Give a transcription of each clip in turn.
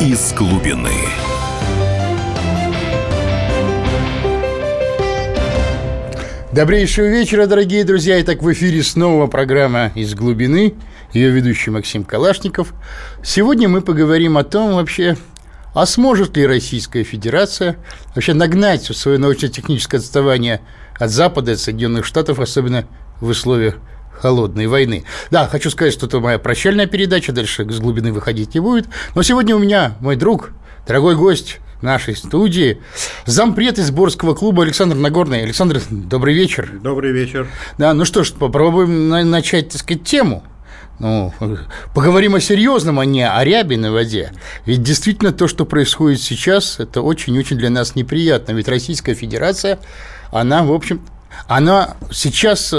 из глубины. Добрейшего вечера, дорогие друзья. Итак, в эфире снова программа «Из глубины». Ее ведущий Максим Калашников. Сегодня мы поговорим о том вообще, а сможет ли Российская Федерация вообще нагнать свое научно-техническое отставание от Запада, от Соединенных Штатов, особенно в условиях холодной войны. Да, хочу сказать, что это моя прощальная передача, дальше «Из глубины» выходить не будет. Но сегодня у меня мой друг, дорогой гость нашей студии, зампред из Борского клуба Александр Нагорный. Александр, добрый вечер. Добрый вечер. Да, ну что ж, попробуем начать, так сказать, тему. Ну, поговорим о серьезном, а не о ряби на воде. Ведь действительно то, что происходит сейчас, это очень-очень для нас неприятно. Ведь Российская Федерация, она, в общем, она сейчас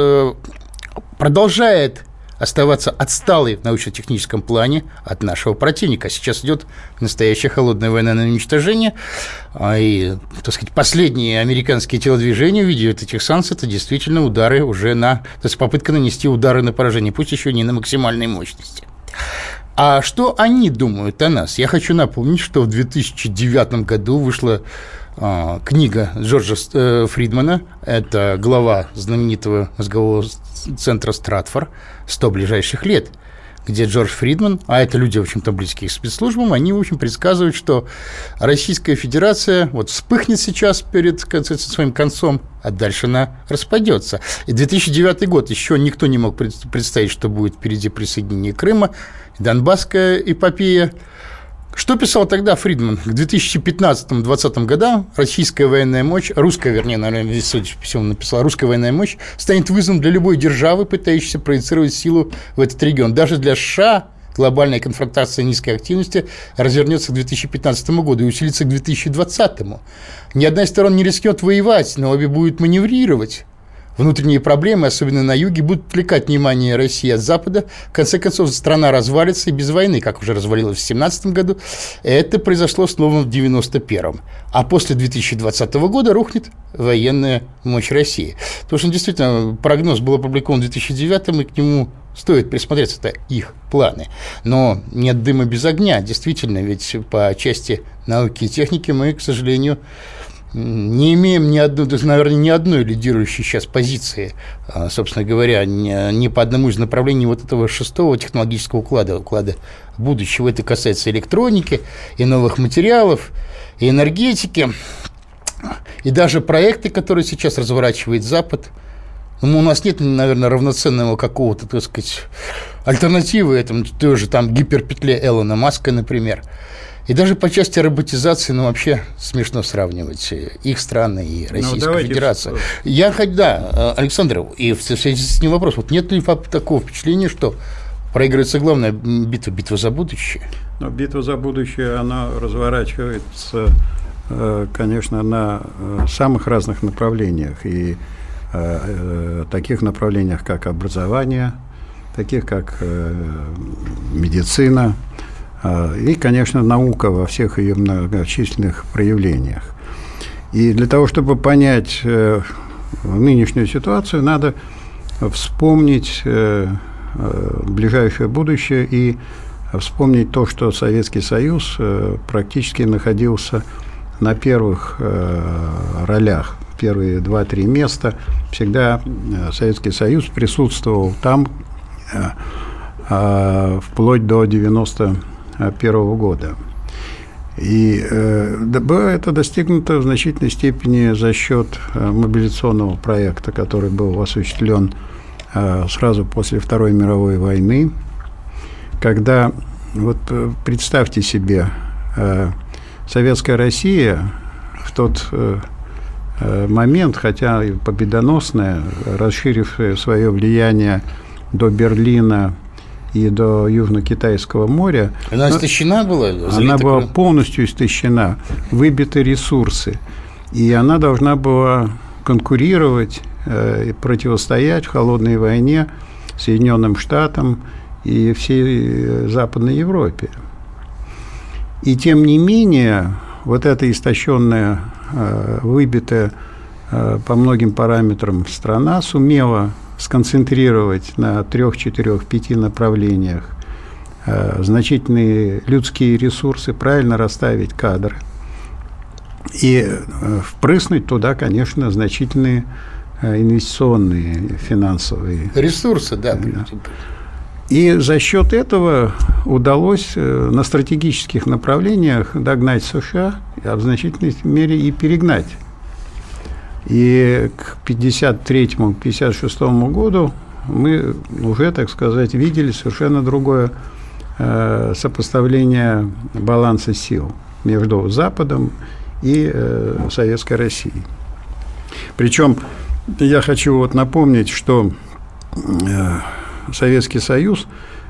продолжает оставаться отсталой в научно-техническом плане от нашего противника. Сейчас идет настоящая холодная война на уничтожение, и, так сказать, последние американские телодвижения в виде этих санкций – это действительно удары уже на… То есть попытка нанести удары на поражение, пусть еще не на максимальной мощности. А что они думают о нас? Я хочу напомнить, что в 2009 году вышла книга Джорджа Фридмана, это глава знаменитого мозгового центра Стратфор «100 ближайших лет», где Джордж Фридман, а это люди, в общем-то, близкие к спецслужбам, они, в общем, предсказывают, что Российская Федерация вот вспыхнет сейчас перед своим концом, а дальше она распадется. И 2009 год еще никто не мог представить, что будет впереди присоединение Крыма, Донбасская эпопея. Что писал тогда Фридман? К 2015-2020 годам российская военная мощь, русская, вернее, наверное, судя по всему, написал, русская военная мощь станет вызовом для любой державы, пытающейся проецировать силу в этот регион. Даже для США глобальная конфронтация низкой активности развернется к 2015 году и усилится к 2020. Ни одна из сторон не рискнет воевать, но обе будут маневрировать. Внутренние проблемы, особенно на юге, будут отвлекать внимание России от Запада. В конце концов, страна развалится и без войны, как уже развалилась в 2017 году. Это произошло снова в 1991. А после 2020 года рухнет военная мощь России. Потому что, действительно, прогноз был опубликован в 2009, и к нему стоит присмотреться, это их планы. Но нет дыма без огня, действительно, ведь по части науки и техники мы, к сожалению, не имеем ни одной, наверное, ни одной лидирующей сейчас позиции, собственно говоря, ни по одному из направлений вот этого шестого технологического уклада будущего. Это касается электроники, и новых материалов, и энергетики, и даже проекты, которые сейчас разворачивает Запад. Ну, у нас нет, наверное, равноценного какого-то, так сказать, альтернативы этому, той же там гиперпетле Элона Маска, например. И даже по части роботизации, ну, вообще смешно сравнивать их страны и Российскую Федерацию. Да, Александр, и в связи с ним вопрос, вот нет ли такого впечатления, что проигрывается главная битва за будущее? Но битва за будущее, она разворачивается, конечно, на самых разных направлениях. И таких направлениях, как образование, таких, как медицина, и, конечно, наука во всех ее многочисленных проявлениях. И для того, чтобы понять нынешнюю ситуацию, надо вспомнить ближайшее будущее и вспомнить то, что Советский Союз практически находился на первых ролях, первые 2-3 места. Всегда Советский Союз присутствовал там вплоть до 1991 года. И было это достигнуто в значительной степени за счет мобилизационного проекта, который был осуществлен сразу после Второй мировой войны, когда, вот представьте себе, Советская Россия в тот момент, хотя и победоносная, расширившая свое влияние до Берлина и до Южно-Китайского моря. Она истощена была? Она была полностью истощена, выбиты ресурсы. И она должна была конкурировать и противостоять в холодной войне Соединенным Штатам и всей Западной Европе. И тем не менее, вот эта истощенная, выбитая по многим параметрам страна сумела сконцентрировать на 3, 4, 5 направлениях значительные людские ресурсы, правильно расставить кадры и впрыснуть туда, конечно, значительные инвестиционные финансовые ресурсы, да. И за счет этого удалось на стратегических направлениях догнать США, а в значительной мере и перегнать. И к 1953-1956 году мы уже, так сказать, видели совершенно другое сопоставление баланса сил между Западом и Советской Россией. Причем я хочу вот напомнить, что Советский Союз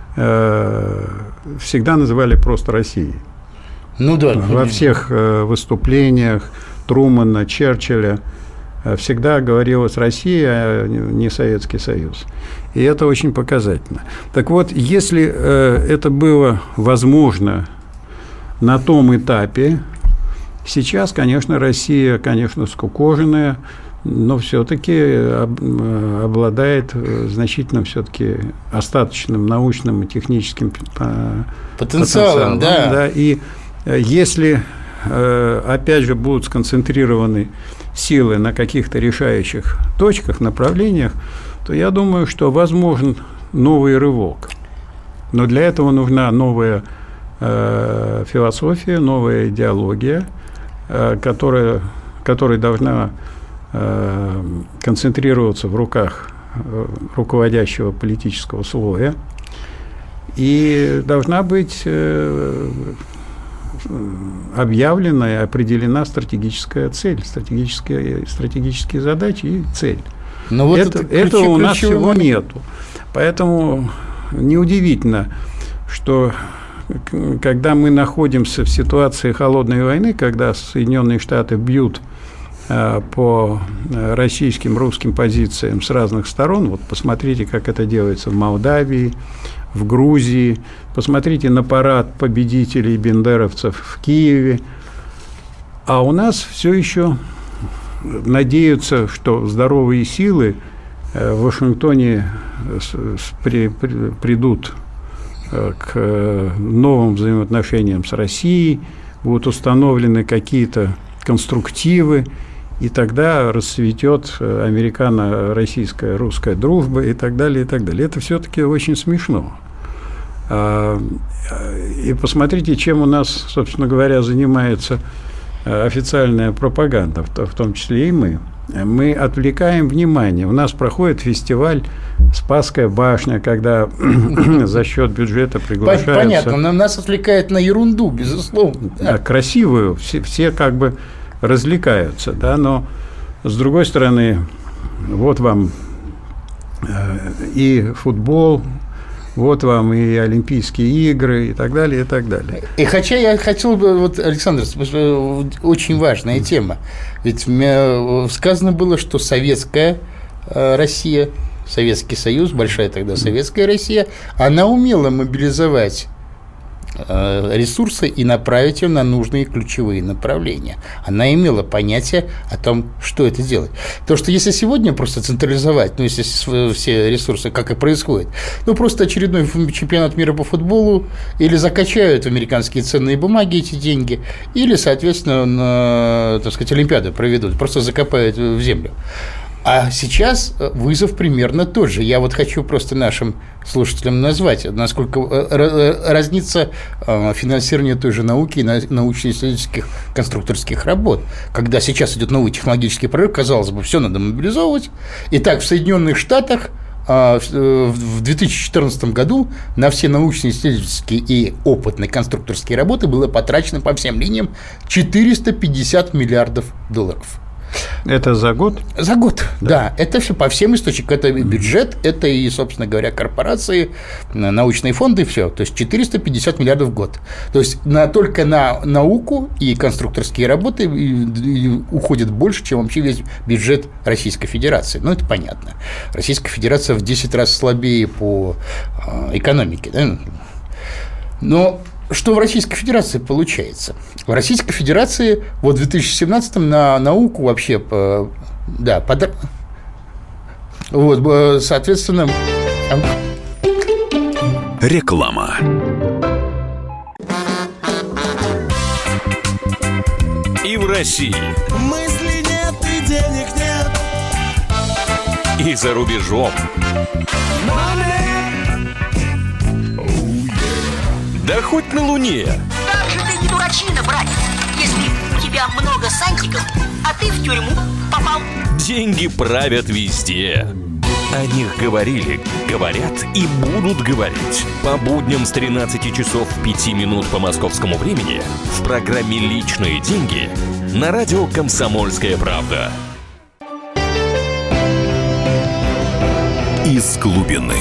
всегда называли просто Россией. Ну да. Во всех выступлениях Трумэна, Черчилля всегда говорилось Россия, а не Советский Союз. И это очень показательно. Так вот, если это было возможно на том этапе, сейчас, конечно, Россия, конечно, скукоженная, но все-таки обладает значительным все-таки остаточным научным и техническим потенциалом. Да. И если, опять же, будут сконцентрированы силы на каких-то решающих точках, направлениях, то я думаю, что возможен новый рывок. Но для этого нужна новая философия, новая идеология, которая должна концентрироваться в руках руководящего политического слоя, и должна быть объявлена и определена стратегическая цель, стратегические задачи и цель. Но вот этого у нас всего нету. Поэтому неудивительно, что когда мы находимся в ситуации холодной войны, когда Соединенные Штаты бьют по российским, русским позициям с разных сторон. Вот посмотрите, как это делается в Молдавии, в Грузии. Посмотрите на парад победителей бендеровцев в Киеве. А у нас все еще надеются, что здоровые силы в Вашингтоне придут к новым взаимоотношениям с Россией, будут установлены какие-то конструктивы, и тогда расцветет американо-российская, русская дружба и так далее, и так далее. Это все-таки очень смешно. И посмотрите, чем у нас, собственно говоря, занимается официальная пропаганда, в том числе и мы. Мы отвлекаем внимание. У нас проходит фестиваль «Спасская башня», когда за счет бюджета приглашаются... Понятно, но нас отвлекает на ерунду, безусловно. Да, красивую, все как бы развлекаются, да, но, с другой стороны, вот вам и футбол, вот вам и Олимпийские игры, и так далее, и так далее. И хотя я хотел бы, вот, Александр, очень важная тема, ведь сказано было, что советская Россия, Советский Союз, большая тогда Советская Россия, она умела мобилизовать ресурсы и направить ее на нужные ключевые направления. Она имела понятие о том, что это делать. То, что если сегодня просто централизовать, ну, если все ресурсы, как и происходит, ну, просто очередной чемпионат мира по футболу, или закачают в американские ценные бумаги эти деньги, или, соответственно, так сказать, Олимпиаду проведут, просто закопают в землю. А сейчас вызов примерно тот же. Я вот хочу просто нашим слушателям назвать, насколько разнится финансирование той же науки и научно-исследовательских конструкторских работ. Когда сейчас идет новый технологический прорыв, казалось бы, все надо мобилизовывать. Итак, в Соединенных Штатах в 2014 году на все научно-исследовательские и опытные конструкторские работы было потрачено по всем линиям $450 миллиардов. Это за год? За год, да. Это все по всем источникам. Это и бюджет, это и, собственно говоря, корпорации, научные фонды, все. То есть 450 миллиардов в год. То есть только на науку и конструкторские работы уходит больше, чем вообще весь бюджет Российской Федерации. Ну, это понятно. Российская Федерация в 10 раз слабее по экономике. Да? Но что в Российской Федерации получается? В Российской Федерации вот в 2017-м на науку вообще, да, вот, соответственно... Реклама. России. Мысли нет и денег нет. И за рубежом. Да хоть на Луне. Как же ты не дурачина, братец, если у тебя много сантиков, а ты в тюрьму попал. Деньги правят везде. О них говорили, говорят и будут говорить. По будням с 13 часов 5 минут по московскому времени в программе «Личные деньги» на радио «Комсомольская правда». Из глубины.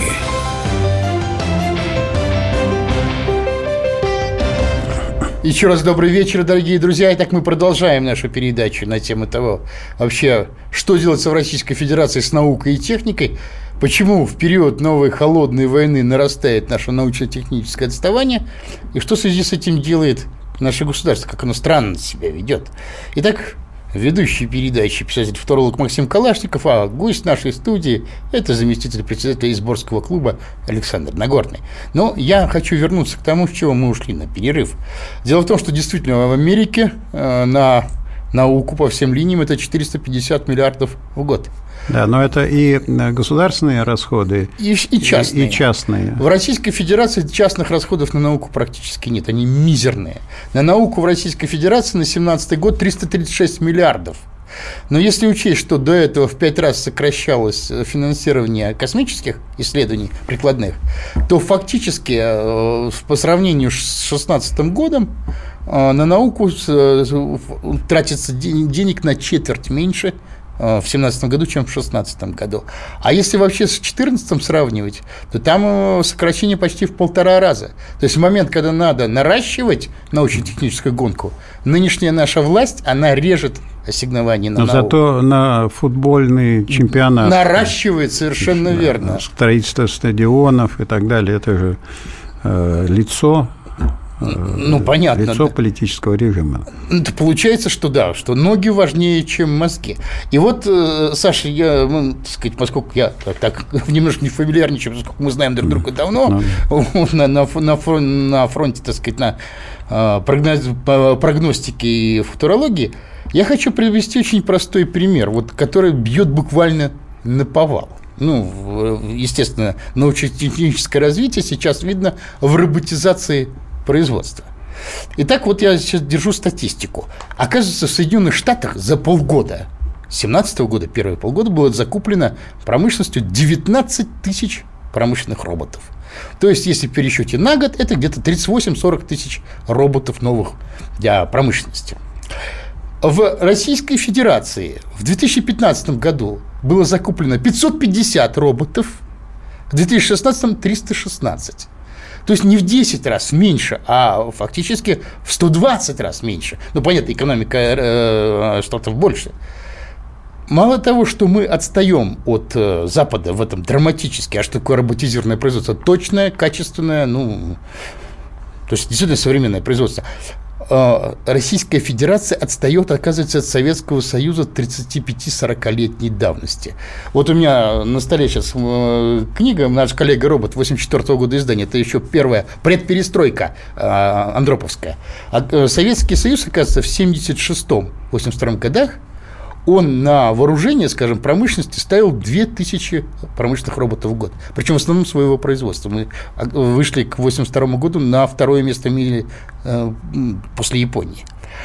Еще раз добрый вечер, дорогие друзья. Итак, мы продолжаем нашу передачу на тему того, вообще, что делается в Российской Федерации с наукой и техникой, почему в период новой холодной войны нарастает наше научно-техническое отставание, и что в связи с этим делает наше государство, как оно странно себя ведет. Итак, ведущий передачи, писатель-футуролог Максим Калашников, а гость нашей студии – это заместитель председателя Изборского клуба Александр Нагорный. Но я хочу вернуться к тому, с чего мы ушли на перерыв. Дело в том, что действительно в Америке на науку по всем линиям это 450 миллиардов в год. Да, но это и государственные расходы, и частные. И частные. В Российской Федерации частных расходов на науку практически нет, они мизерные. На науку в Российской Федерации на 2017 год 336 миллиардов. Но если учесть, что до этого в 5 раз сокращалось финансирование космических исследований прикладных, то фактически по сравнению с 2016 годом на науку тратится денег на четверть меньше в 2017 году, чем в 2016 году. А если вообще с 2014 сравнивать, то там сокращение почти в 1,5 раза. То есть в момент, когда надо наращивать научно-техническую гонку, нынешняя наша власть, она режет ассигнования на науку. Зато на футбольный чемпионат наращивает, совершенно верно. Строительство стадионов и так далее. Это же лицо. Понятно. Лицо политического режима. Это получается, что да, что ноги важнее, чем мозги. И вот, Саша, я, так сказать, поскольку я так немножко не фамильярничаю, поскольку мы знаем друг друга давно, на фронте, так сказать, на прогностике и футурологии, я хочу привести очень простой пример, вот, который бьет буквально наповал. Естественно, научно-техническое развитие сейчас видно в роботизации производства. Итак, вот я сейчас держу статистику. Оказывается, в Соединенных Штатах за полгода, 2017 года, первые полгода, было закуплено промышленностью 19 тысяч промышленных роботов. То есть, если в пересчете на год, это где-то 38-40 тысяч роботов новых для промышленности. В Российской Федерации в 2015 году было закуплено 550 роботов, в 2016 – 316. То есть не в 10 раз меньше, а фактически в 120 раз меньше. Понятно, экономика штатов больше. Мало того, что мы отстаем от Запада в этом драматически, а что такое роботизированное производство? Точное, качественное, то есть действительно современное производство. Российская Федерация отстает, оказывается, от Советского Союза 35-40-летней давности. Вот у меня на столе сейчас книга, наш коллега-робот 1984 года издания, это еще первая предперестройка андроповская. А Советский Союз, оказывается, в 1976-1982 годах он на вооружение, скажем, промышленности ставил 2000 промышленных роботов в год. Причем в основном своего производства. Мы вышли к 1982 году на второе место в мире после Японии.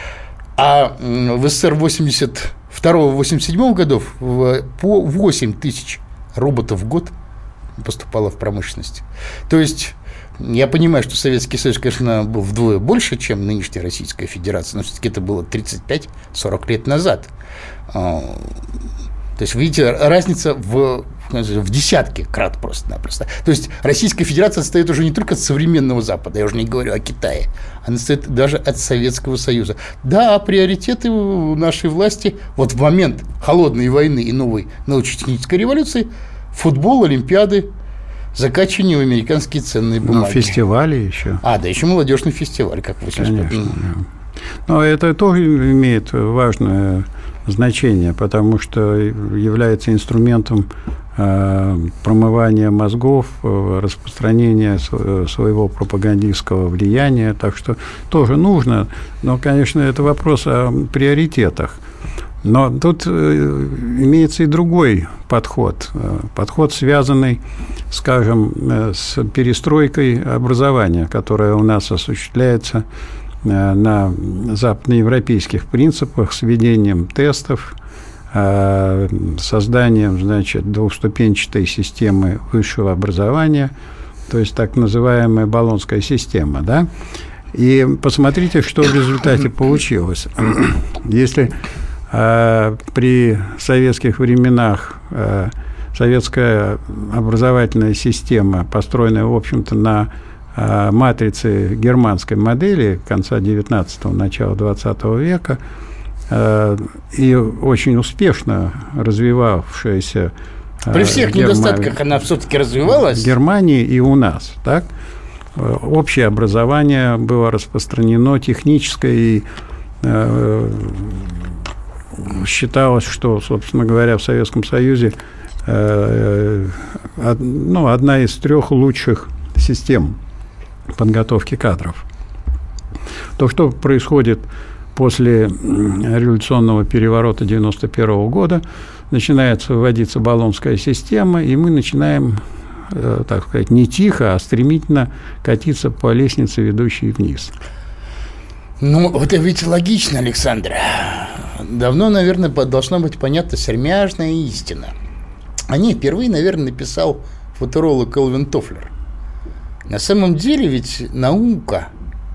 А в СССР 1982-1987 годов по 8 тысяч роботов в год поступало в промышленность. То есть я понимаю, что Советский Союз, конечно, был вдвое больше, чем нынешняя Российская Федерация, но все-таки это было 35-40 лет назад. То есть, видите, разница в десятки крат просто-напросто. То есть, Российская Федерация отстает уже не только от современного Запада, я уже не говорю о Китае, она отстает даже от Советского Союза. Да, приоритеты нашей власти вот в момент холодной войны и новой научно-технической революции – футбол, олимпиады, закачивание в американские ценные бумаги. Фестивали еще. Да, еще молодежный фестиваль, как в 85 году. Но это тоже имеет важное значение, потому что является инструментом промывания мозгов, распространения своего пропагандистского влияния. Так что тоже нужно, но, конечно, это вопрос о приоритетах. Но тут имеется и другой подход. Подход, связанный, скажем, с перестройкой образования, которая у нас осуществляется на западноевропейских принципах, с введением тестов, созданием, значит, двухступенчатой системы высшего образования, то есть так называемая Болонская система, да? И посмотрите, что в результате получилось. Если при советских временах советская образовательная система, построенная, в общем-то, на матрице германской модели конца 19-го, начала 20 века, и очень успешно развивавшаяся при всех недостатках она все-таки развивалась в Германии и у нас, так? Общее образование было распространено, техническое, и считалось, что, собственно говоря, в Советском Союзе одна из 3 лучших систем подготовки кадров. То, что происходит после революционного переворота 1991 года, начинается вводиться Болонская система, и мы начинаем, так сказать, не тихо, а стремительно катиться по лестнице, ведущей вниз. Ну, это ведь логично, Александр. Давно, наверное, должна быть понятна сермяжная истина. О ней впервые, наверное, написал футуролог Элвин Тофлер. На самом деле ведь наука,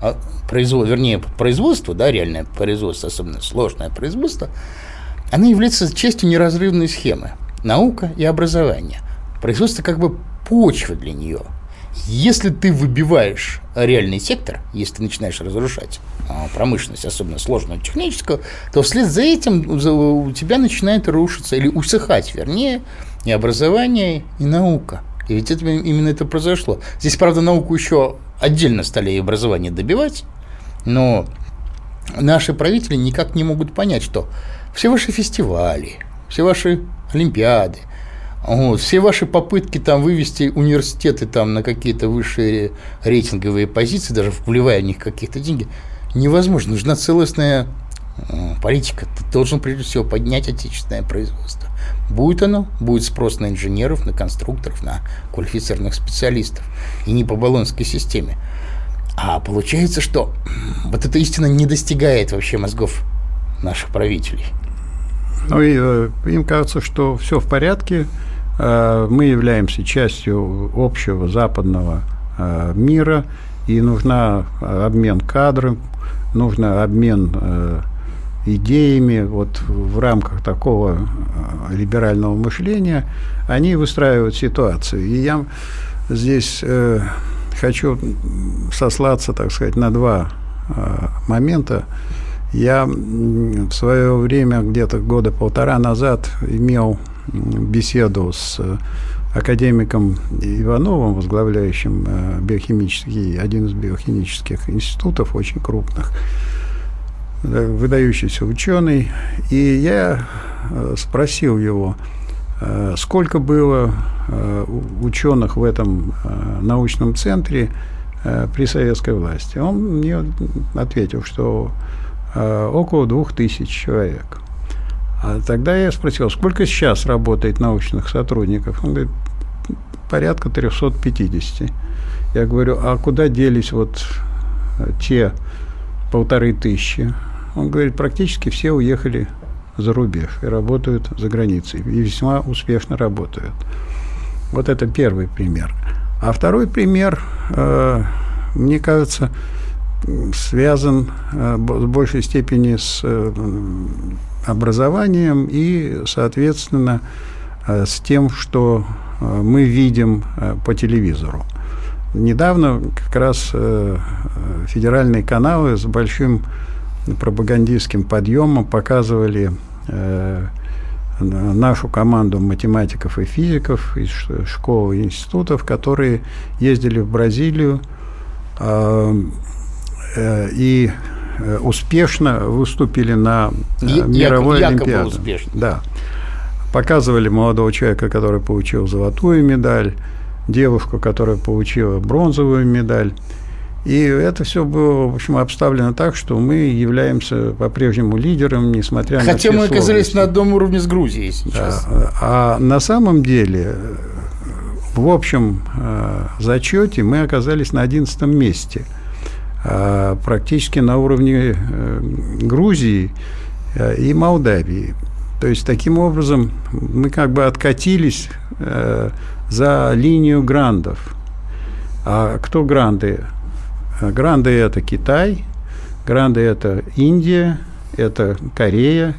производство, да, реальное производство, особенно сложное производство, она является частью неразрывной схемы. Наука и образование. Производство как бы почва для нее. Если ты выбиваешь реальный сектор, если ты начинаешь разрушать промышленность, особенно сложную техническую, то вслед за этим у тебя начинает рушиться или усыхать, вернее, и образование, и наука. И ведь именно это произошло. Здесь, правда, науку еще отдельно стали и образование добивать, но наши правители никак не могут понять, что все ваши фестивали, все ваши олимпиады, все ваши попытки там вывести университеты там на какие-то высшие рейтинговые позиции, даже вливая в них какие-то деньги, невозможно. Нужна целостная политика. Ты должен, прежде всего, поднять отечественное производство. Будет оно, будет спрос на инженеров, на конструкторов, на квалифицированных специалистов. И не по Болонской системе. А получается, что вот эта истина не достигает вообще мозгов наших правителей. Ну и им кажется, что все в порядке. Мы являемся частью общего западного мира, и нужна обмен кадром, нужно обмен идеями. Вот в рамках такого либерального мышления они выстраивают ситуацию. И я здесь хочу сослаться, так сказать, на 2 момента. Я в свое время, где-то года 1,5 назад, имел беседу с академиком Ивановым, возглавляющим один из биохимических институтов, очень крупных, выдающийся ученый. И я спросил его, сколько было ученых в этом научном центре при советской власти. Он мне ответил, что около 2000 человек. А тогда я спросил, сколько сейчас работает научных сотрудников? Он говорит, порядка 350. Я говорю, а куда делись вот те 1500? Он говорит, практически все уехали за рубеж и работают за границей. И весьма успешно работают. Вот это первый пример. А второй пример, мне кажется, связан в большей степени с образованием и, соответственно, с тем, что мы видим по телевизору. Недавно как раз федеральные каналы с большим пропагандистским подъемом показывали нашу команду математиков и физиков из школ и институтов, которые ездили в Бразилию и успешно выступили на мировой олимпиаде. Успешно. Да. Показывали молодого человека, который получил золотую медаль, девушку, которая получила бронзовую медаль. И это все было, в общем, обставлено так, что мы являемся по-прежнему лидером, несмотря на все Хотя мы оказались сложности. на одном уровне с Грузией сейчас. А на самом деле, в общем зачете мы оказались на 11 месте. Практически на уровне Грузии и Молдавии. То есть, таким образом, мы как бы откатились за линию грандов. А кто гранды? Гранды – это Китай, гранды – это Индия, это Корея,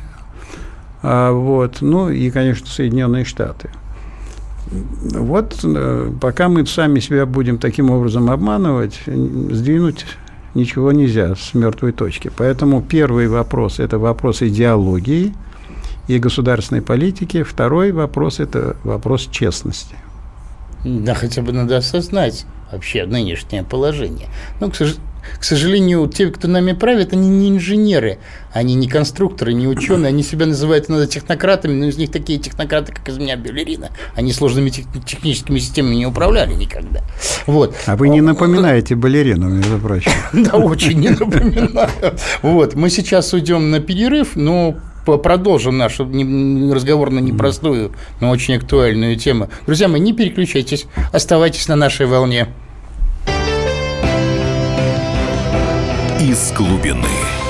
ну и, конечно, Соединенные Штаты. Вот пока мы сами себя будем таким образом обманывать, сдвинуть ничего нельзя с мертвой точки. Поэтому первый вопрос – это вопрос идеологии и государственной политики. Второй вопрос – это вопрос честности. Да, хотя бы надо осознать вообще нынешнее положение. Но, к сожалению, те, кто нами правит, они не инженеры, они не конструкторы, не ученые, они себя называют иногда технократами, но из них такие технократы, как из меня Балерина, они сложными техническими системами не управляли никогда. Вот. А вы не напоминаете балерину, между прочим. Да, очень не напоминаю. Вот, мы сейчас уйдем на перерыв, но продолжим наш разговор на непростую, но очень актуальную тему. Друзья мои, не переключайтесь, оставайтесь на нашей волне. Из глубины.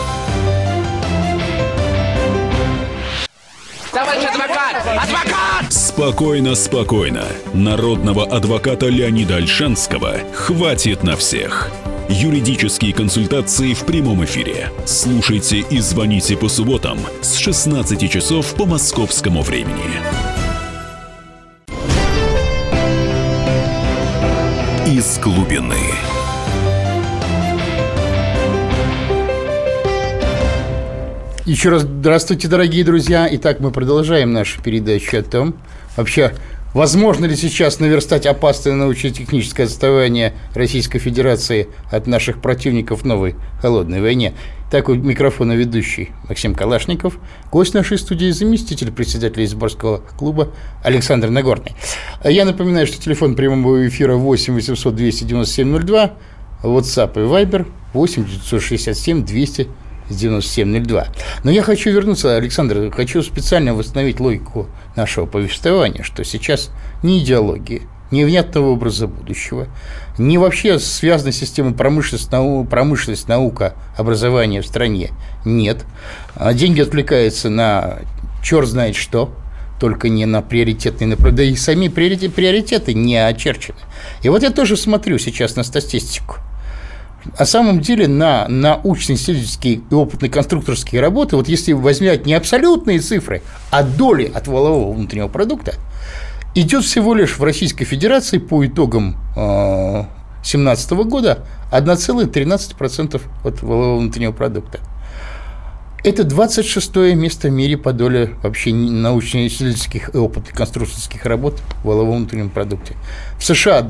Товарищ адвокат! Адвокат! Спокойно, спокойно. Народного адвоката Леонида Ольшанского хватит на всех. Юридические консультации в прямом эфире. Слушайте и звоните по субботам с 16 часов по московскому времени. Из глубины. Еще раз здравствуйте, дорогие друзья. Итак, мы продолжаем нашу передачу о том, вообще, возможно ли сейчас наверстать опасное научно-техническое отставание Российской Федерации от наших противников в новой холодной войне. Так, у микрофона ведущий Максим Калашников, гость нашей студии, заместитель председателя Изборского клуба Александр Нагорный. Я напоминаю, что телефон прямого эфира 8 800 297 02, WhatsApp и Viber 8 967 297-02. Но я хочу вернуться, Александр, хочу специально восстановить логику нашего повествования, что сейчас ни идеологии, ни внятного образа будущего, ни вообще связанной системы промышленность, наука, образование в стране нет. Деньги отвлекаются на черт знает что, только не на приоритетные, да и сами приоритеты не очерчены. И вот я тоже смотрю сейчас на статистику. На самом деле на научно-исследовательские и опытно-конструкторские работы, вот если возьмать не абсолютные цифры, а доли от валового внутреннего продукта, идет всего лишь в Российской Федерации по итогам 2017 года 1,13% от валового внутреннего продукта. Это 26-е место в мире по доле вообще научно-исследовательских и опытно-конструкторских работ в валовом внутреннем продукте. В США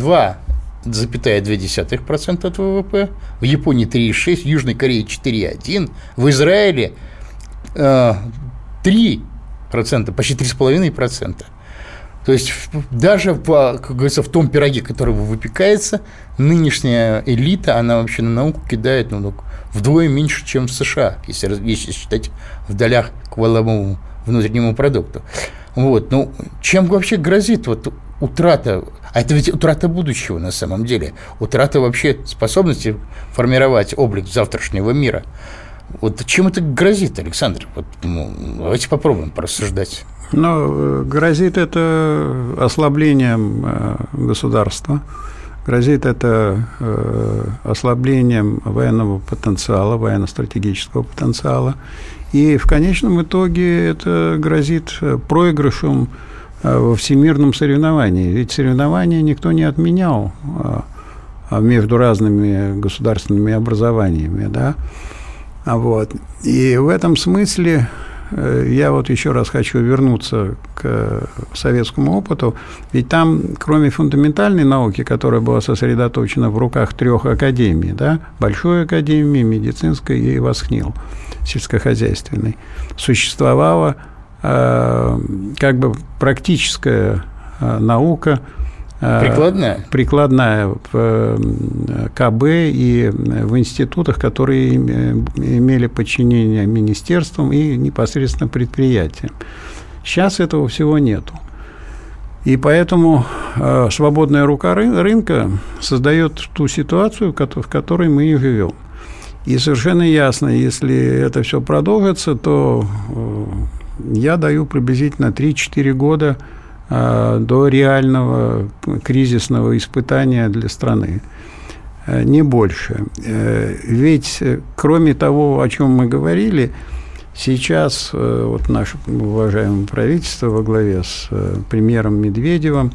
2,2% от ВВП, в Японии 3,6%, в Южной Корее 4,1%, в Израиле 3%, почти 3,5%. То есть даже, как говорится, в том пироге, который выпекается, нынешняя элита, она вообще на науку кидает вдвое меньше, чем в США, если считать в долях к валовому внутреннему продукту. Вот. Ну, чем вообще грозит утрата? А это ведь утрата будущего на самом деле, утрата вообще способности формировать облик завтрашнего мира. Вот чем это грозит, Александр? Давайте попробуем порассуждать. Грозит это ослаблением государства, грозит это ослаблением военного потенциала, военно-стратегического потенциала. И в конечном итоге это грозит проигрышем во всемирном соревновании. Ведь соревнования никто не отменял между разными государственными образованиями, да? Вот. И в этом смысле я еще раз хочу вернуться к советскому опыту, ведь там, кроме фундаментальной науки, которая была сосредоточена в руках 3 академий, да, Большой академии, медицинской и ВосХНИЛ, сельскохозяйственной, существовала как бы практическая наука, прикладная в КБ и в институтах, которые имели подчинение министерствам и непосредственно предприятиям. Сейчас этого всего нету. И поэтому свободная рука рынка создает ту ситуацию, в которой мы и живем. И совершенно ясно, если это все продолжится, то я даю приблизительно 3-4 года до реального кризисного испытания для страны. Не больше. Ведь, кроме того, о чем мы говорили, сейчас вот наше уважаемое правительство во главе с премьером Медведевым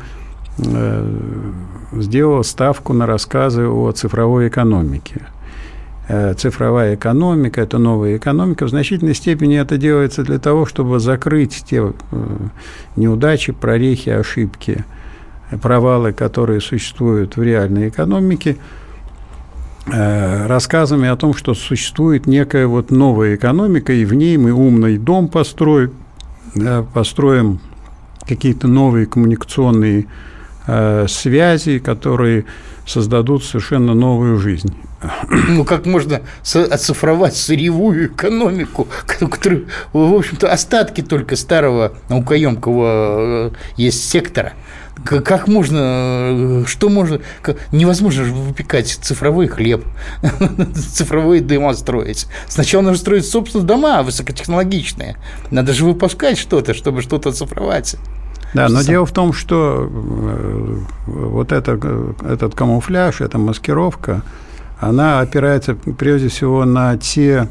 сделало ставку на рассказы о цифровой экономике. Цифровая экономика – это новая экономика. В значительной степени это делается для того, чтобы закрыть те неудачи, прорехи, ошибки, провалы, которые существуют в реальной экономике, рассказами о том, что существует некая вот новая экономика, и в ней мы умный дом построим, построим какие-то новые коммуникационные связи, которые создадут совершенно новую жизнь. Ну, как можно оцифровать сырьевую экономику, которая, в общем-то, остатки только старого наукоемкого есть сектора. Как можно, что можно, невозможно же выпекать цифровой хлеб, цифровые дома строить. Сначала нужно строить, собственно, дома высокотехнологичные. Надо же выпускать что-то, чтобы что-то оцифровать. Да, но дело в том, что вот этот камуфляж, эта маскировка, она опирается прежде всего на те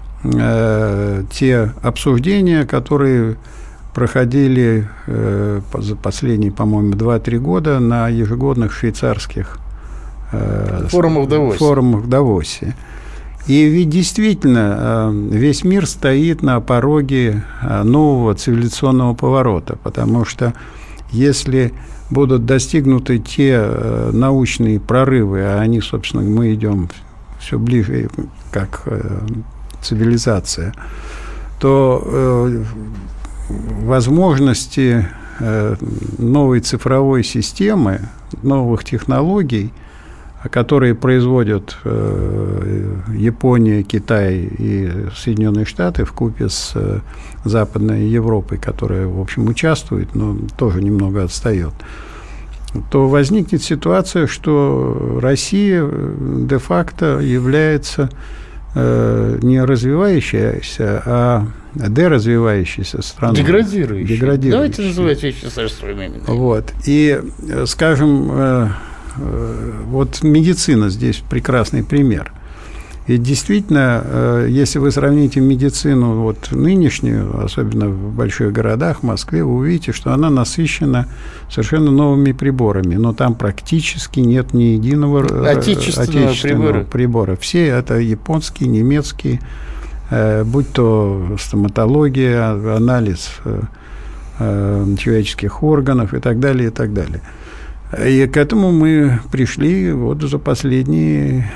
обсуждения, которые проходили за последние, по-моему, 2-3 года на ежегодных швейцарских форумах в Давосе. И ведь действительно весь мир стоит на пороге нового цивилизационного поворота, потому что если будут достигнуты те научные прорывы, а они, собственно, мы идем все ближе как цивилизация, то возможности новой цифровой системы, новых технологий, которые производят Япония, Китай и Соединенные Штаты вкупе с Западной Европой, которая, в общем, участвует, но тоже немного отстает, то возникнет ситуация, что Россия де-факто является не развивающейся, а деразвивающейся страной. Деградирующей. Давайте называть вещи своими именами. Вот. И, скажем, вот медицина здесь прекрасный пример. И действительно, если вы сравните медицину вот нынешнюю, особенно в больших городах, в Москве, вы увидите, что она насыщена совершенно новыми приборами. Но там практически нет ни единого отечественного прибора. Все это японские, немецкие, будь то стоматология, анализ человеческих органов и так далее, и так далее. И к этому мы пришли вот за последние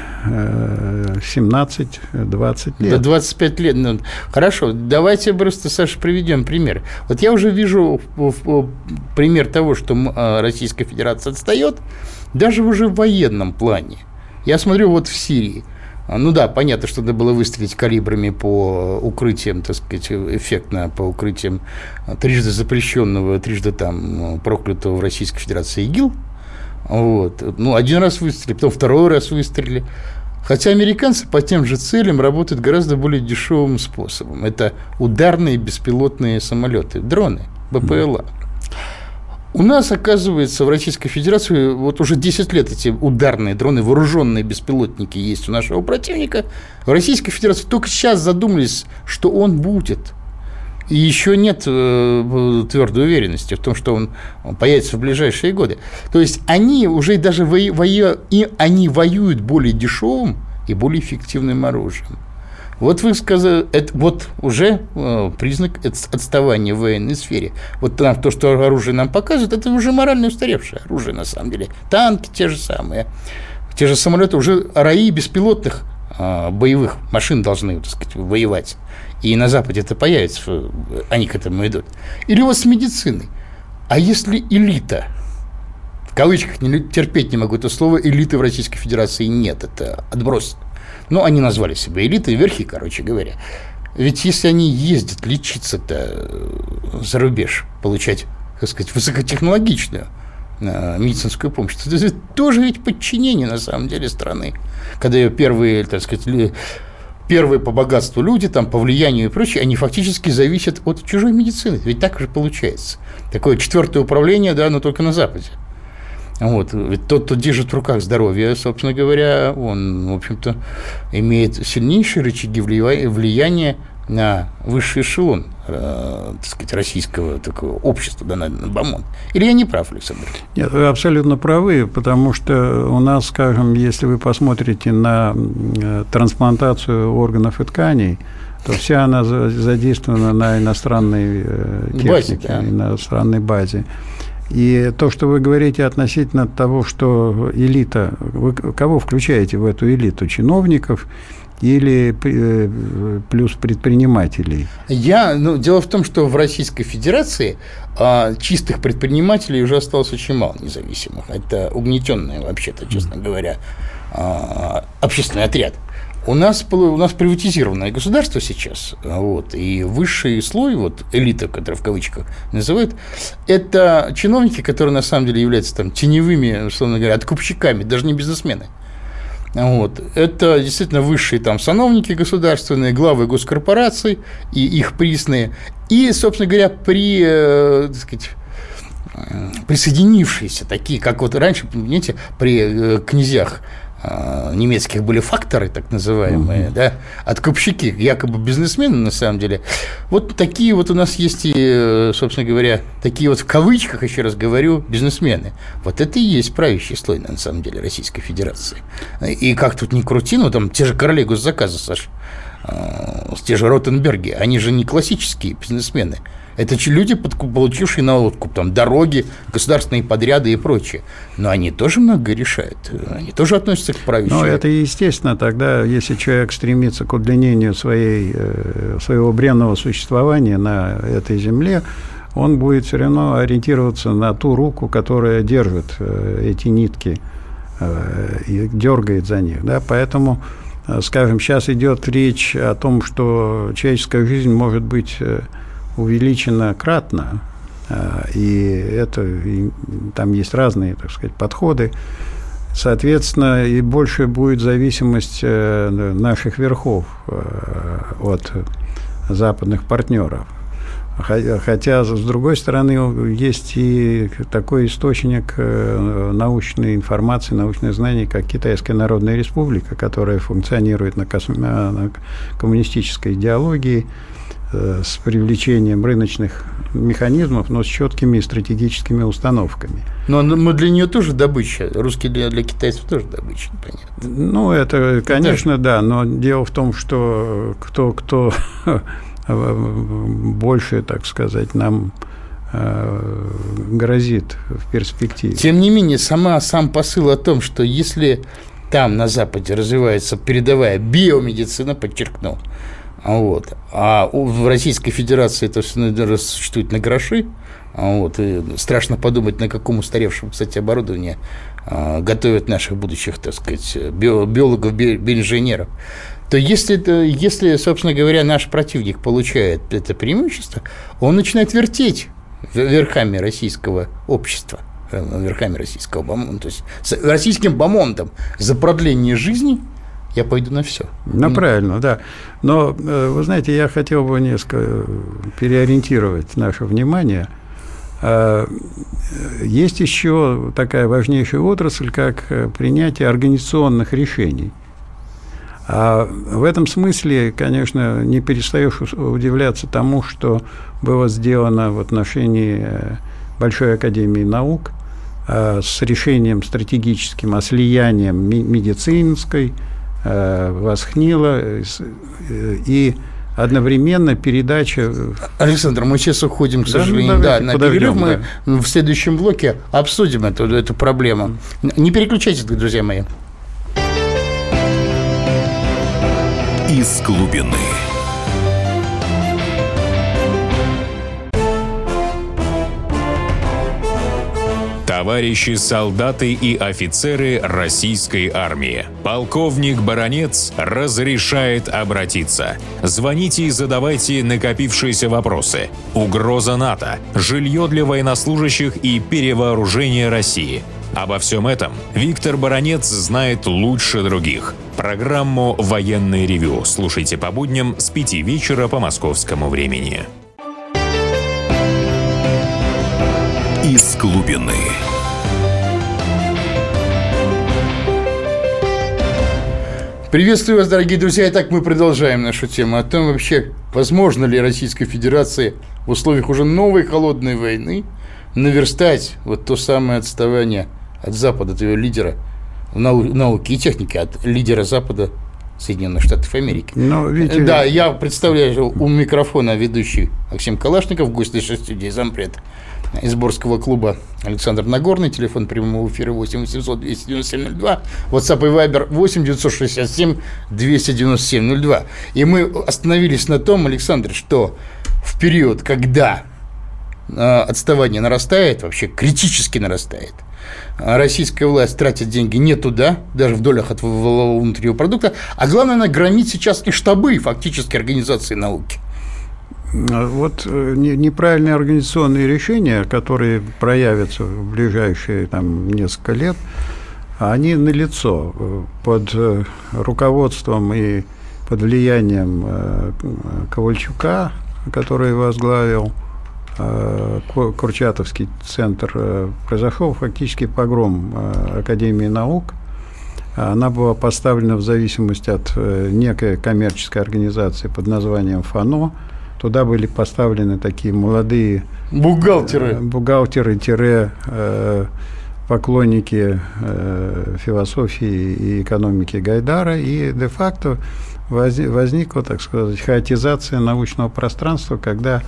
17-20 лет. До 25 лет. Ну, хорошо, давайте просто, Саша, приведем пример. Вот я уже вижу пример того, что Российская Федерация отстает, даже уже в военном плане. Я смотрю вот в Сирии. Ну да, понятно, что надо было выстрелить калибрами по укрытиям, так сказать, эффектно по укрытиям трижды запрещенного, трижды там проклятого в Российской Федерации ИГИЛ. Вот. Ну, один раз выстрелили, потом второй раз выстрелили. Хотя американцы по тем же целям работают гораздо более дешевым способом. Это ударные беспилотные самолеты, дроны, БПЛА. У нас, оказывается, в Российской Федерации вот уже 10 лет эти ударные дроны, вооруженные беспилотники есть у нашего противника. В Российской Федерации только сейчас задумались, что он будет. И еще нет твердой уверенности в том, что он появится в ближайшие годы. То есть они уже даже они воюют более дешевым и более эффективным оружием. Вот вы сказали, это вот уже признак отставания в военной сфере. Вот то, что оружие нам показывает, это уже морально устаревшее оружие, на самом деле. Танки те же самые, те же самолеты, уже РАИ беспилотных боевых машин должны, так сказать, воевать. И на Западе это появится, они к этому идут. Или вот с медициной. А если элита, в кавычках, терпеть не могу это слово, элиты в Российской Федерации нет, это отброс. Но они назвали себя элитой, верхи, короче говоря. Ведь если они ездят лечиться-то за рубеж, получать, так сказать, высокотехнологичную медицинскую помощь, это тоже ведь подчинение, на самом деле, страны. Когда ее первые, так сказать, первые по богатству люди, там, по влиянию и прочее, они фактически зависят от чужой медицины. Ведь так же получается. Такое четвертое управление, да, но только на Западе. Вот. Ведь тот, кто держит в руках здоровье, собственно говоря, он, в общем-то, имеет сильнейшие рычаги влияния на высший эшелон, так сказать, российского такого общества, да, на бомонд. Или я не прав, Александр? Нет, вы абсолютно правы, потому что у нас, скажем, если вы посмотрите на трансплантацию органов и тканей, то вся она задействована на иностранной технике, да. Иностранной базе. И то, что вы говорите относительно того, что элита, вы кого включаете в эту элиту? Чиновников или плюс предпринимателей? Дело в том, что в Российской Федерации чистых предпринимателей уже осталось очень мало независимых. Это угнетенный, вообще-то, честно говоря, общественный отряд. У нас приватизированное государство сейчас, вот, и высший слой, вот, элита, которую в кавычках называют, это чиновники, которые на самом деле являются там теневыми, условно говоря, откупщиками, даже не бизнесмены. Вот. Это действительно высшие там сановники государственные, главы госкорпораций и их присные, и, собственно говоря, так сказать, присоединившиеся, такие, как вот раньше, понимаете, при князьях немецких были факторы, так называемые, да, откупщики, якобы бизнесмены, на самом деле. Вот такие вот у нас есть и, собственно говоря, такие вот в кавычках, еще раз говорю, бизнесмены. Вот это и есть правящий слой, на самом деле, Российской Федерации. И как тут ни крути, ну, там те же короли госзаказа, Саш, те же Ротенберги, они же не классические бизнесмены. Это люди, получившие на откуп там дороги, государственные подряды и прочее. Но они тоже многое решают. Они тоже относятся к правящему. Ну, это естественно. Тогда, если человек стремится к удлинению своего бренного существования на этой земле, он будет все равно ориентироваться на ту руку, которая держит эти нитки и дергает за них. Да? Поэтому, скажем, сейчас идет речь о том, что человеческая жизнь может быть увеличено кратно, и там есть разные, так сказать, подходы. Соответственно, и больше будет зависимость наших верхов от западных партнеров. Хотя, с другой стороны, есть и такой источник научной информации, научных знаний, как Китайская Народная Республика, которая функционирует на коммунистической идеологии, с привлечением рыночных механизмов, но с четкими стратегическими установками. Но для нее тоже добыча. Русские для китайцев тоже добыча, понятно. Ну, это, конечно, да, но дело в том, что кто больше, так сказать, нам грозит в перспективе. Тем не менее, сам посыл о том, что если там на Западе развивается передовая биомедицина, подчеркну, вот, а в Российской Федерации это все существует на гроши, вот, и страшно подумать, на каком устаревшем, кстати, оборудовании готовят наших будущих, так сказать, биологов, биоинженеров, то если, собственно говоря, наш противник получает это преимущество, он начинает вертеть верхами российского общества, верхами российского бомонда, то есть с российским бомондом за продление жизни я пойду на все. Ну, правильно, да. Но, вы знаете, я хотел бы несколько переориентировать наше внимание. Есть еще такая важнейшая отрасль, как принятие организационных решений. А в этом смысле, конечно, не перестаешь удивляться тому, что было сделано в отношении Большой академии наук с решением стратегическим о слиянии медицинской, Восхнила и одновременно передача... Александр, мы сейчас уходим, к сожалению, на перерыв. Мы в следующем блоке обсудим эту проблему. Не переключайтесь, друзья мои. из глубины. Товарищи солдаты и офицеры российской армии, полковник Баранец разрешает обратиться. Звоните и задавайте накопившиеся вопросы. Угроза НАТО, жилье для военнослужащих и перевооружение России. Обо всем этом Виктор Баранец знает лучше других. Программу «Военное ревю» слушайте по будням с 5 вечера по московскому времени. Из глубины. Приветствую вас, дорогие друзья. Итак, мы продолжаем нашу тему о том, вообще, возможно ли Российской Федерации в условиях уже новой холодной войны наверстать вот то самое отставание от Запада, от ее лидера в науке и технике, от лидера Запада Соединенных Штатов Америки. Но, видите... Да, я представляю у микрофона ведущий Максим Калашников, гость нашей студии, зампред из Борского клуба Александр Нагорный, телефон прямого эфира 8 800 297 02, WhatsApp и Viber 8 967 297 02. И мы остановились на том, Александр, что в период, когда отставание нарастает, вообще критически нарастает, российская власть тратит деньги не туда, даже в долях от валового внутреннего продукта, а главное, она громит сейчас и штабы фактически организации науки. Вот неправильные организационные решения, которые проявятся в ближайшие несколько лет, они налицо. Под руководством и под влиянием Ковальчука, который возглавил Курчатовский центр, произошел фактически погром Академии наук. Она была поставлена в зависимости от некой коммерческой организации под названием ФАНО. Туда были поставлены такие молодые бухгалтеры, поклонники философии и экономики Гайдара, и де-факто возникла, так сказать, хаотизация научного пространства, когда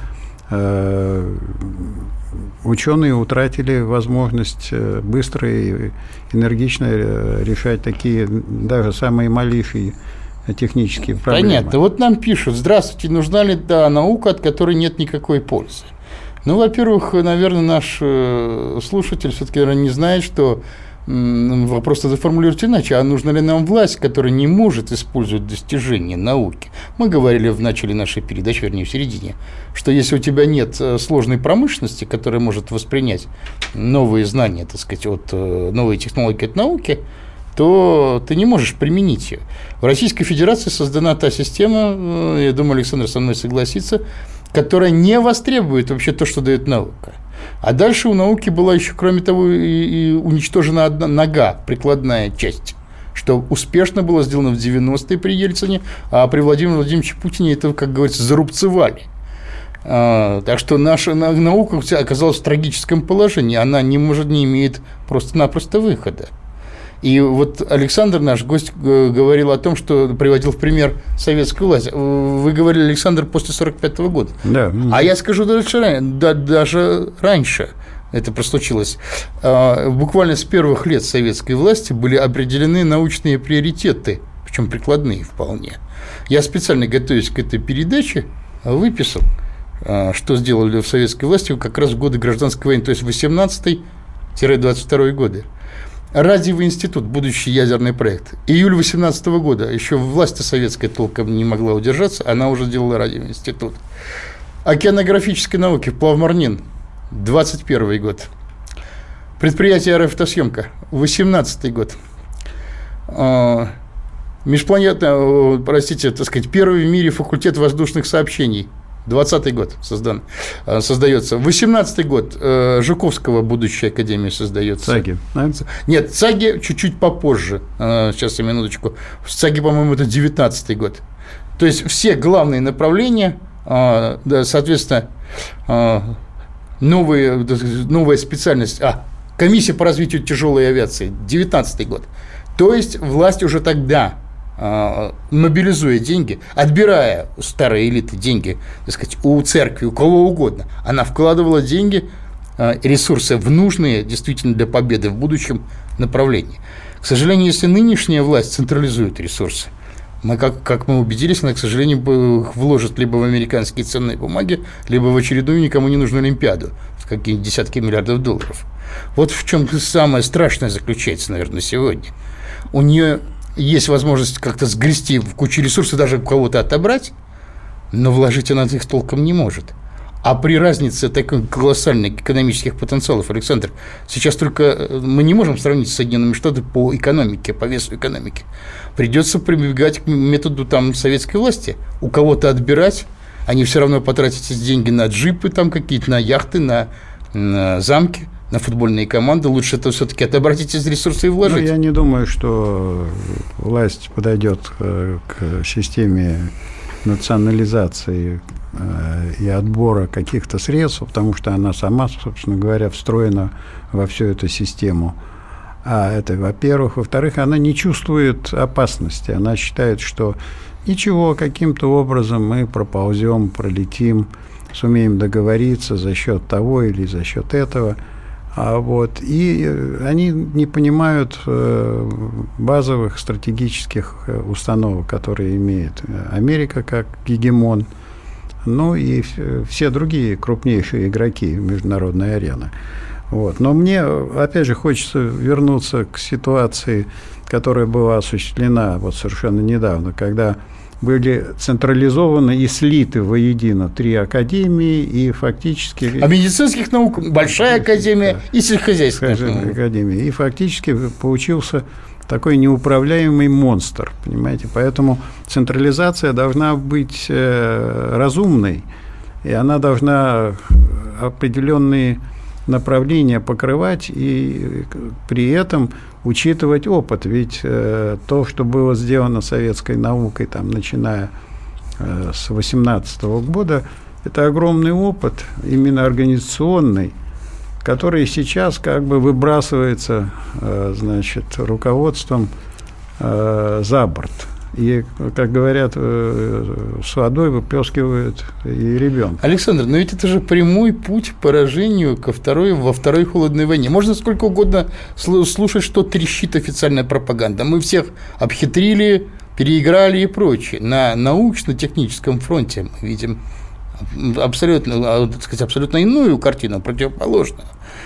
ученые утратили возможность быстро и энергично решать такие даже самые малейшие технические проблемы. Понятно. Вот нам пишут: здравствуйте, нужна ли та наука, от которой нет никакой пользы? Ну, во-первых, наверное, наш слушатель все-таки, наверное, не знает, что вопрос надо формулировать иначе. А нужна ли нам власть, которая не может использовать достижения науки? Мы говорили в начале нашей передачи, вернее, в середине, что если у тебя нет сложной промышленности, которая может воспринять новые знания, так сказать, от новые технологии от науки, то ты не можешь применить ее. В Российской Федерации создана та система, я думаю, Александр со мной согласится, которая не востребует вообще то, что дает наука. А дальше у науки была еще, кроме того, и уничтожена одна нога, прикладная часть, что успешно было сделано в 90-е при Ельцине, а при Владимире Владимировиче Путине это, как говорится, зарубцевали. Так что наша наука оказалась в трагическом положении. Она не имеет просто-напросто выхода. И вот Александр, наш гость, говорил о том, что приводил в пример советскую власть. Вы говорили, Александр, после 1945 года. Да. А я скажу даже раньше это случилось. Буквально с первых лет советской власти были определены научные приоритеты, причем прикладные вполне. Я специально, готовясь к этой передаче, выписал, что сделали в советской власти как раз в годы гражданской войны, то есть 18-22 годы. Радиовый институт, будущий ядерный проект. Июль 18 года, еще власть советская толком не могла удержаться, она уже делала радиовый институт. Океанографической науки, Плавмарнин, 21 год. Предприятие аэрофотосъемка, 18 год. Первый в мире факультет воздушных сообщений, 20-й год создается. 18-й год Жуковского будущая академия создается. ЦАГИ. Нет, ЦАГИ чуть-чуть попозже. Сейчас, минуточку. ЦАГИ, по-моему, это 19-й год. То есть все главные направления, соответственно, новая специальность. Комиссия по развитию тяжелой авиации, 19-й год. То есть власть уже тогда, мобилизуя деньги, отбирая у старой элиты деньги, так сказать, у церкви, у кого угодно, она вкладывала деньги, ресурсы в нужные действительно для победы в будущем направлении. К сожалению, если нынешняя власть централизует ресурсы, Мы, как мы убедились, она, к сожалению, их вложит либо в американские ценные бумаги, либо в очередную никому не нужную Олимпиаду в какие-нибудь десятки миллиардов долларов. Вот в чем самое страшное заключается, наверное, сегодня. У нее есть возможность как-то сгрести в кучу ресурсов, даже у кого-то отобрать, но вложить она их толком не может. А при разнице такой колоссальной экономических потенциалов, Александр, сейчас только мы не можем сравнить с Соединенными Штатами по экономике, по весу экономики. Придется прибегать к методу там советской власти. У кого-то отбирать, они все равно потратят эти деньги на джипы там какие-то, на яхты, на замки, на футбольные команды. Лучше это все-таки отобрать эти ресурсы и вложить. Я не думаю, что власть подойдет к системе национализации и отбора каких-то средств, потому что она сама, собственно говоря, встроена во всю эту систему. А это, во-первых. Во-вторых, она не чувствует опасности. Она считает, что ничего, каким-то образом мы проползем, пролетим, сумеем договориться за счет того или за счет этого. И они не понимают базовых стратегических установок, которые имеет Америка как гегемон, и все другие крупнейшие игроки международной арены. Но мне, опять же, хочется вернуться к ситуации, которая была осуществлена совершенно недавно, когда были централизованы и слиты воедино 3 академии, и фактически... А медицинских наук большая академия и сельскохозяйственная академия. И фактически получился такой неуправляемый монстр, понимаете? Поэтому централизация должна быть разумной, и она должна определенные направления покрывать и при этом учитывать опыт. Ведь то, что было сделано советской наукой, начиная с 1918 года, это огромный опыт, именно организационный, который сейчас выбрасывается, руководством за борт. И, как говорят, с водой выплескивают и ребенка. Александр, но ведь это же прямой путь к поражению во второй холодной войне. Можно сколько угодно слушать, что трещит официальная пропаганда. Мы всех обхитрили, переиграли и прочее. На научно-техническом фронте мы видим абсолютно иную картину, противоположную.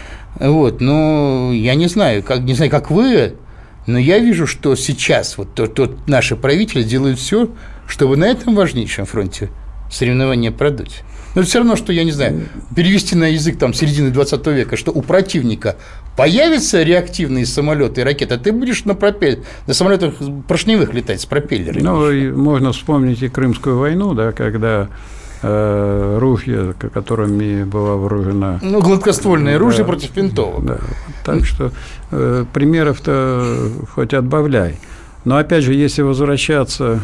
Но я не знаю, как вы... Но я вижу, что сейчас наши правители делают все, чтобы на этом важнейшем фронте соревнования продуть. Но это все равно, что, я не знаю, перевести на язык середины 20 века, что у противника появятся реактивные самолеты и ракеты, а ты будешь на самолетах поршневых летать с пропеллерами. Можно вспомнить и Крымскую войну, когда ружья, которыми была вооружена... гладкоствольное ружье против винтовок. Да. Так что примеров-то хоть отбавляй. Но, опять же, если возвращаться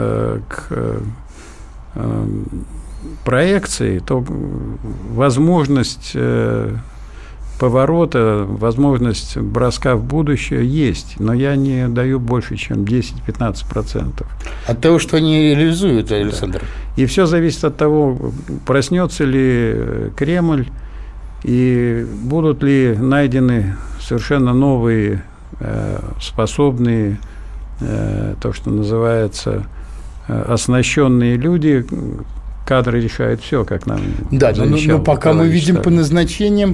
к проекции, то возможность поворота, возможность броска в будущее есть, но я не даю больше, чем 10-15%. От того, что они реализуют, Александр? Да. И все зависит от того, проснется ли Кремль, и будут ли найдены совершенно новые, способные, то, что называется, оснащенные люди. Кадры решают все, как нам но пока мы видим по назначениям,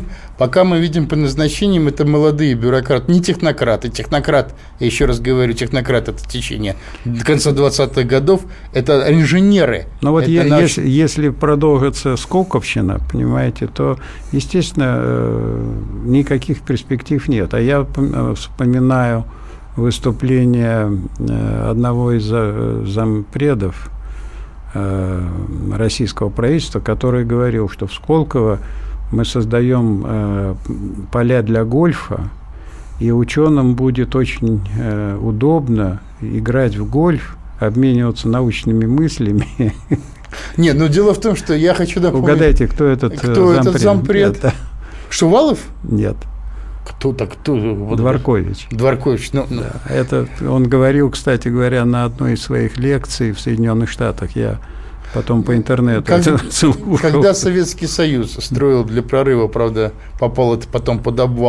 это молодые бюрократы, не технократы. Технократ, я еще раз говорю, технократ – это течение до конца 20-х годов, это инженеры. Но если продолжится сколковщина, понимаете, то, естественно, никаких перспектив нет. А я вспоминаю выступление одного из зампредов российского правительства, который говорил, что в Сколково мы создаем поля для гольфа, и ученым будет очень удобно играть в гольф, обмениваться научными мыслями. Нет, дело в том, что я хочу напомнить... Угадайте, кто этот зампред? Шувалов? Нет. Кто? Дворкович. Да. Это он говорил, кстати говоря, на одной из своих лекций в Соединенных Штатах. Я потом по интернету слушал. Когда Советский Союз строил для прорыва, правда, попал это потом под обвал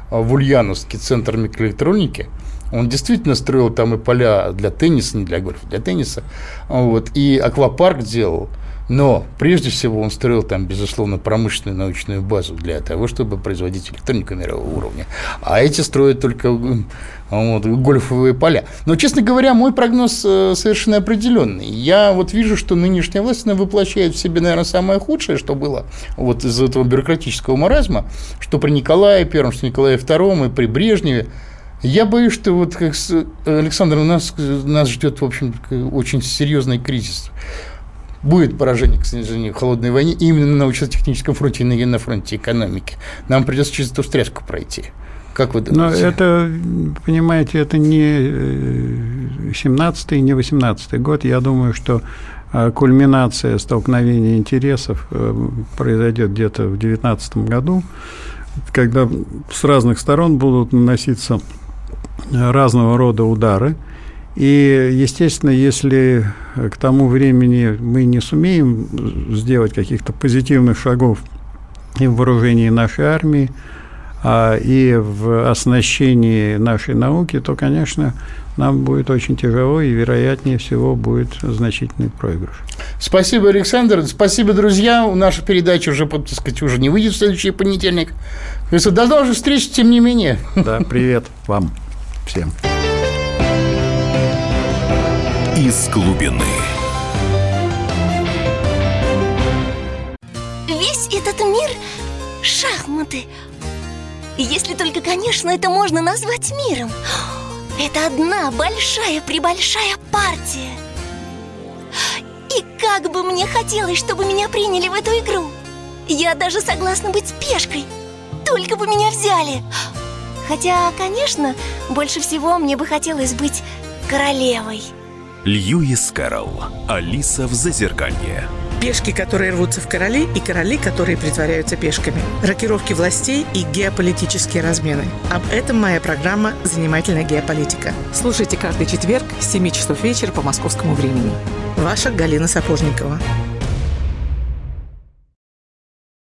в Ульяновске центр микроэлектроники. Он действительно строил там и поля для тенниса, не для гольфа, для тенниса. Вот, и аквапарк делал. Но прежде всего он строил там, безусловно, промышленную научную базу для того, чтобы производить электронику мирового уровня. А эти строят только гольфовые поля. Но, честно говоря, мой прогноз совершенно определенный. Я вот вижу, что нынешняя власть, она воплощает в себе, наверное, самое худшее, что было вот из этого бюрократического маразма, что при Николае I, что Николае II и при Брежневе. Я боюсь, что вот, как Александр, нас ждет, в общем, очень серьезный кризис. Будет поражение, к сожалению, в холодной войне именно на научно-техническом фронте и на фронте экономики. Нам придется через эту встряску пройти. Как вы думаете? Но это, понимаете, это не 17-й, не 18-й год. Я думаю, что кульминация столкновения интересов произойдет где-то в 2019 году, когда с разных сторон будут наноситься разного рода удары. И, естественно, если к тому времени мы не сумеем сделать каких-то позитивных шагов и в вооружении нашей армии, и в оснащении нашей науки, то, конечно, нам будет очень тяжело, и, вероятнее всего, будет значительный проигрыш. Спасибо, Александр. Спасибо, друзья. Наша передача уже, так сказать, уже не выйдет в следующий понедельник. До новых встреч, тем не менее. Да, привет вам всем. Из глубины. Весь этот мир – шахматы. Если только, конечно, это можно назвать миром. Это одна большая-пребольшая партия. И как бы мне хотелось, чтобы меня приняли в эту игру. Я даже согласна быть пешкой. Только бы меня взяли. Хотя, конечно, больше всего мне бы хотелось быть королевой. Льюис Кэрролл. Алиса в Зазеркалье. Пешки, которые рвутся в короли, и короли, которые притворяются пешками. Рокировки властей и геополитические размены. Об этом моя программа «Занимательная геополитика». Слушайте каждый четверг с 7 часов вечера по московскому времени. Ваша Галина Сапожникова.